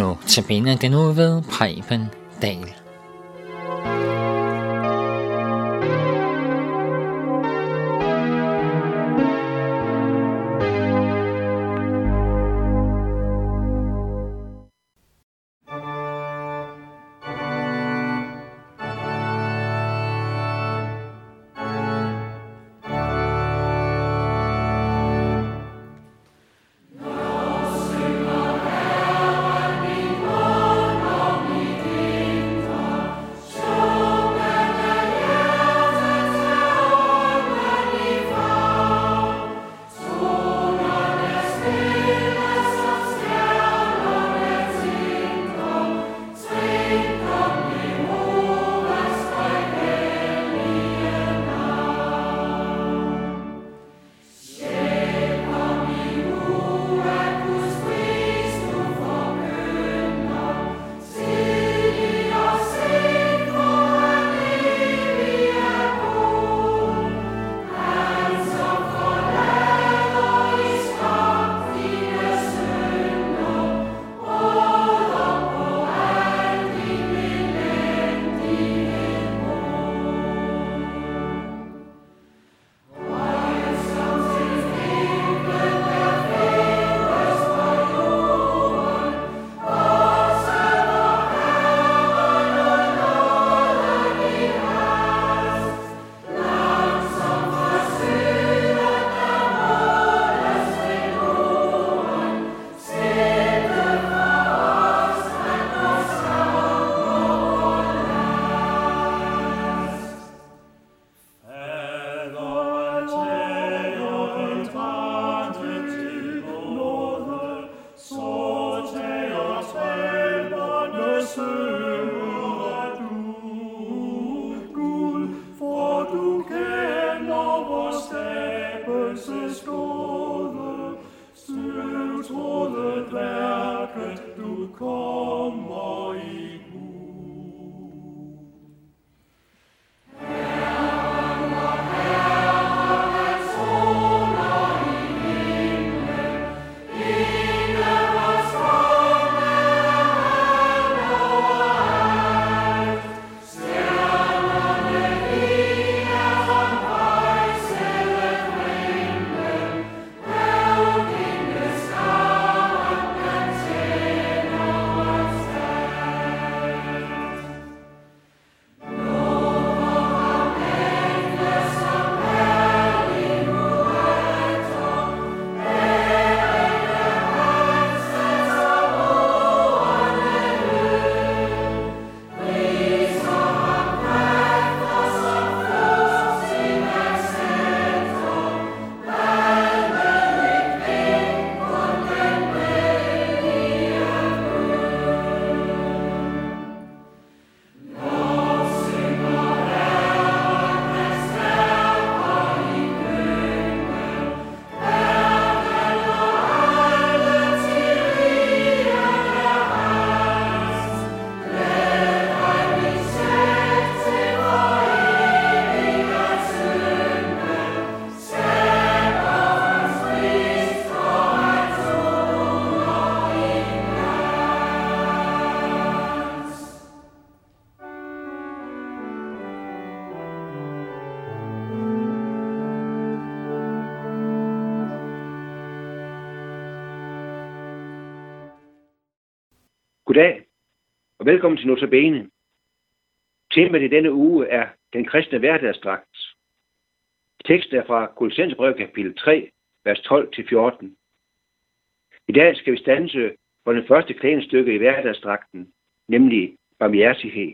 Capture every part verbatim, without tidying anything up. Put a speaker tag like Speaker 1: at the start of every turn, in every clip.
Speaker 1: Notabene den nu ved Preben Dahl.
Speaker 2: Goddag, og velkommen til Notabene. Temaet i denne uge er den kristne hverdagsdragt. Teksten er fra Kolossenserbrevet kapitel tre, vers tolv til fjorten. I dag skal vi standse for den første klædningsstykke i hverdagsdragten, nemlig barmhjertighed.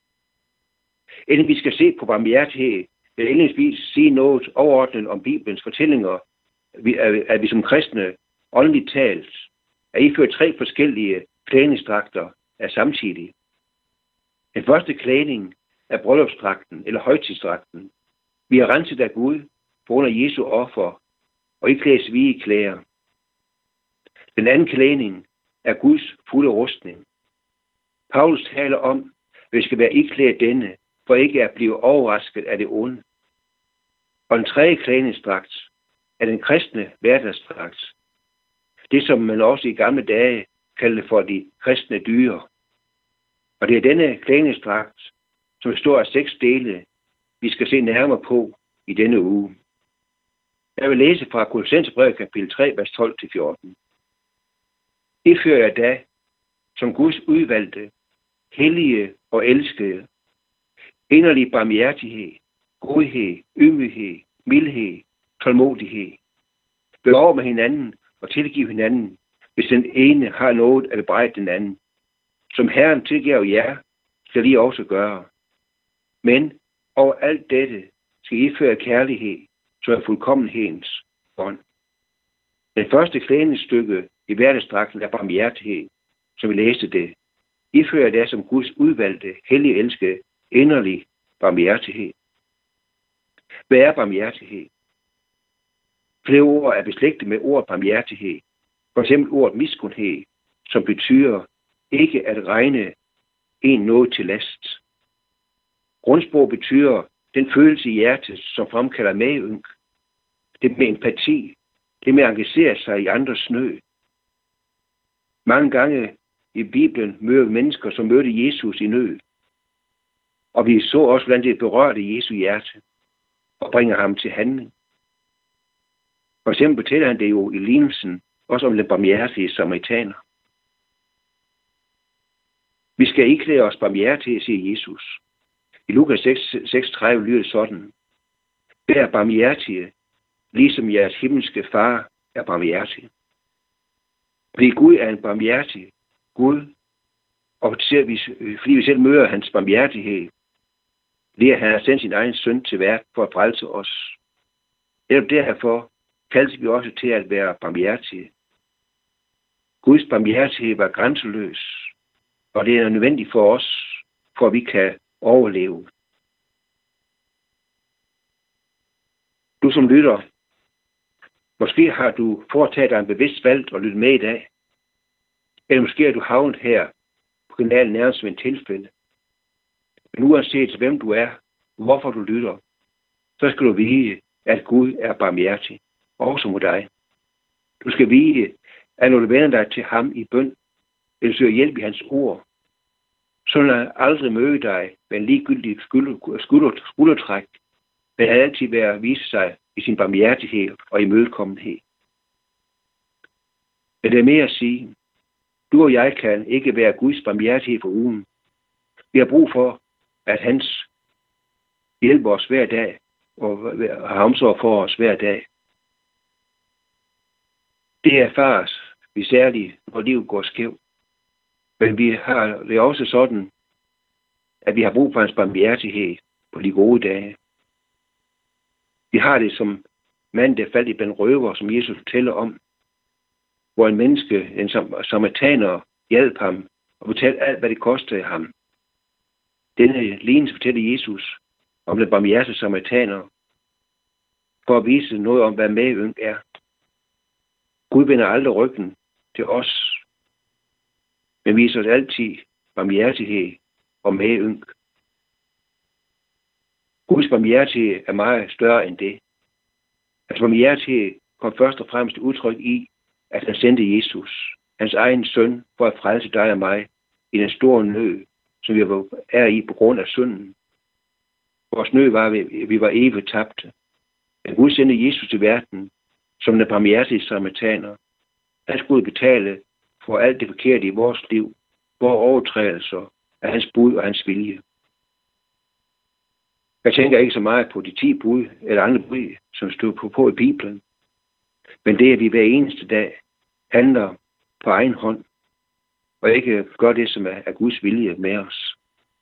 Speaker 2: Inden vi skal se på barmhjertighed, vil jeg indledningsvis sige noget overordnet om Bibelens fortællinger, at vi som kristne åndeligt talt er iført tre forskellige klædningsdragter er samtidig. Den første klædning er bryllupsdragten eller højtidsdragten. Vi er renset af Gud på grund af Jesu offer, og iklædes vi i klæder. Den anden klædning er Guds fulde rustning. Paulus taler om, at vi skal være iklædt denne, for ikke at blive overrasket af det onde. Og den tredje klædningsdragt er den kristne hverdagsdragt. Det, som man også i gamle dage kalde det for de kristne dyr. Og det er denne klædningsdragt, som består af seks dele, vi skal se nærmere på i denne uge. Jeg vil læse fra Kolossenserbrevet kapitel tre, vers tolv til fjorten. Ifør jeg da, som Guds udvalgte, hellige og elskede, inderlig barmhjertighed, godhed, ydmyghed, mildhed, tålmodighed. Bør over med hinanden og tilgive hinanden, hvis den ene har noget at bebrejde den anden. Som Herren tilgiver jer, skal I også gøre. Men over alt dette skal I føre kærlighed, så er fuldkommenhedens bånd. Den første klædningsstykke i hverdagsdragten er barmhjertighed, som vi læste det. I fører det som Guds udvalgte, hellige elskede, inderlig barmhjertighed. Hvad er barmhjertighed? Flere ord er beslægtet med ordet barmhjertighed. For eksempel ordet miskundhed, som betyder ikke at regne en noget til last. Grundsprog betyder den følelse i hjertet, som fremkalder medynk. Det med empati, det med at engagere sig i andres nød. Mange gange i Bibelen møder vi mennesker, som mødte Jesus i nød. Og vi så også, hvordan det berørte Jesu hjerte og bringer ham til handling. For eksempel fortæller han det jo i lignelsen, også om den barmhjertige samaritaner. Vi skal iklæde os barmhjertighed, siger Jesus. I Lukas seks seksogtredive lyder det sådan. Vær barmhjertige, ligesom jeres himmelske far er barmhjertig. Fordi Gud er en barmhjertig Gud, og fordi vi selv møder hans barmhjertighed, det er, at han har sendt sin egen søn til verden for at frelse os. Netop derfor kaldes vi også til at være barmhjertige. Guds barmhjertighed var grænseløs, og det er nødvendigt for os, for at vi kan overleve. Du som lytter, måske har du foretaget dig en bevidst valg og lyttet med i dag, eller måske er du havnet her på kanalen nærmest ved en tilfælde. Men uanset hvem du er, hvorfor du lytter, så skal du vide, at Gud er barmhjertig, også mod dig. Du skal vide, at når du vender dig til ham i bøn, eller søger hjælp i hans ord, så vil han aldrig møde dig med en ligegyldig skuldertræk, men han altid være at vise sig i sin barmhjertighed og imødekommenhed. Men det er mere at sige, du og jeg kan ikke være Guds barmhjertighed for ugen. Vi har brug for, at hans hjælper os hver dag, og har omsorg for os hver dag. Det erfares vi særligt, når livet går skævt. Men vi har det er også sådan, at vi har brug for hans barmhjertighed på de gode dage. Vi har det som mand, der faldt i blandt røver, som Jesus fortæller om, hvor en menneske, en samaritaner, hjalp ham og fortalte alt, hvad det kostede ham. Denne lignelse fortæller Jesus om den barmhjertige samaritaner, for at vise noget om, hvad medynk er. Gud vender aldrig ryggen til os, men viser os altid barmhjertighed og medynk. Guds barmhjertighed er meget større end det. Hans barmhjertighed kom først og fremmest udtryk i, at han sendte Jesus, hans egen søn, for at frelse dig og mig i den store nød, som vi er i på grund af synden. Vores nød var, at vi var evigt tabte. Men Gud sendte Jesus til verden som den barmhjertige samaritaner. Han skulle betale for alt det forkerte i vores liv, vores overtrædelser af hans bud og hans vilje. Jeg tænker ikke så meget på de ti bud eller andre bud, som stod på, på i Bibelen. Men det, at vi hver eneste dag handler på egen hånd, og ikke gør det, som er, er Guds vilje med os.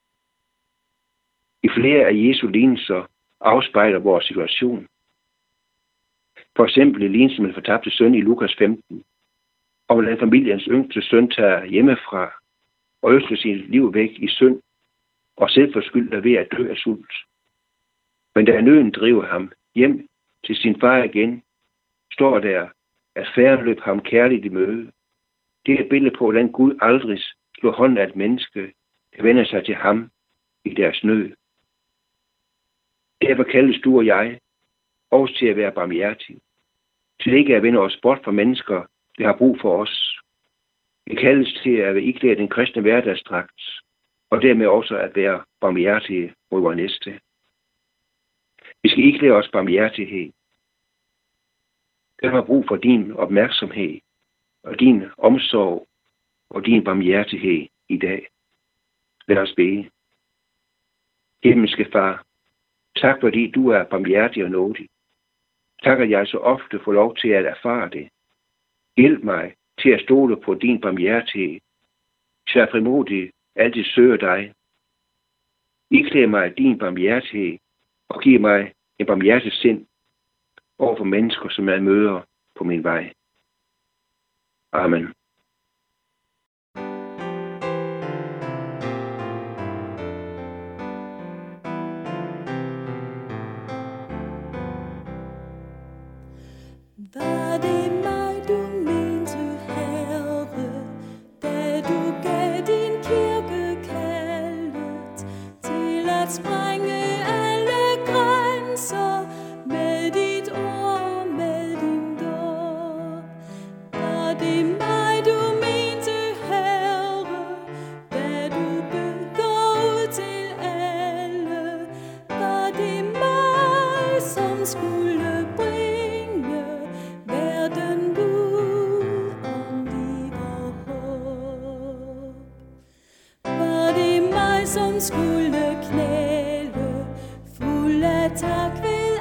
Speaker 2: I flere af Jesu lignelser afspejler vores situation. For eksempel i lignelsen med den fortabte søn i Lukas femten, og hvordan familiens yngste søn tager hjemmefra og ønsker sit liv væk i synd, og selvforskyldt er ved at dø af sult. Men da nøden driver ham hjem til sin far igen, står der, at faderen løb ham kærligt i møde. Det er et billede på, hvordan Gud aldrig slår hånden af et menneske, der vender sig til ham i deres nød. Derfor kaldes du og jeg også til at være barmhjertige, til ikke at vende os bort fra mennesker, der har brug for os. Vi kaldes til at iklæde den kristne hverdagsdragt, og dermed også at være barmhjertige mod vores næste. Vi skal iklæde os barmhjertighed. Den har brug for din opmærksomhed, og din omsorg, og din barmhjertighed i dag. Lad os bede. Himmelske Far, tak fordi du er barmhjertig og nådig. Tak, at jeg så ofte får lov til at erfare det. Hjælp mig til at stole på din barmhjertighed, så jeg frimodigt altid søger dig. Iklæd mig din barmhjertighed, og giv mig en barmhjertig sind over for mennesker, som jeg møder på min vej. Amen.
Speaker 3: Var det mig, du mente, Herre, da du gav din kirke kaldet til at sprænge alle grænser med dit ord og med din dåb? Var det mig, du mente, Herre, da du begår ud til alle? Var det mig, som skulle bringe verden bud om liv og håb? Var det mig, som skulle knæle fuld af tak ved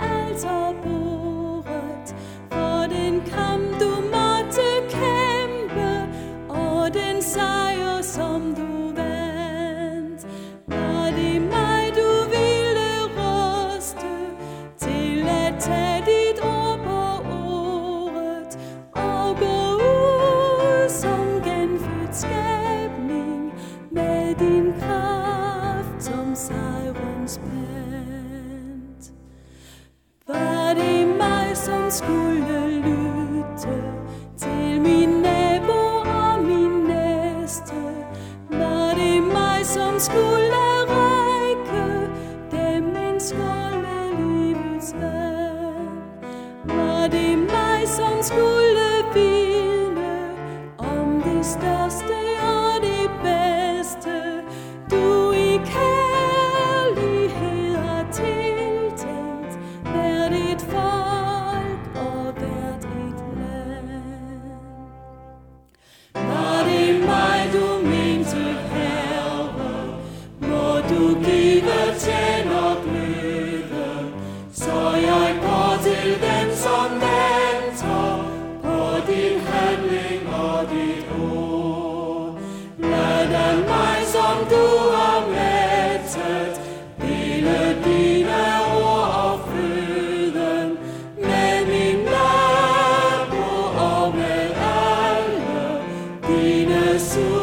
Speaker 3: alterbordet for den kamp, du måtte kæmpe, og den sejr, som du vandt? Var det mig, du ville ruste til at tage dit ord på ordet og gå ud som genfødt skabning med din kraft som sejrens pant? Var det mig, som skulle lytte til min nabo og min næste? Var det mig, som skulle række dem en skål med livets vand? Var det mig, som skulle vidne om det største og det bedste, du i kærlighed har tiltænkt hvert et folk og hvert et land? Var det mig, du mente, Herre, må du give tjener gløde, så jeg går til dem, som venter på din handling og dit ord. Lad dem mig, som du har mættet, dele dine ord og føden med min nabo og med alle dine søn.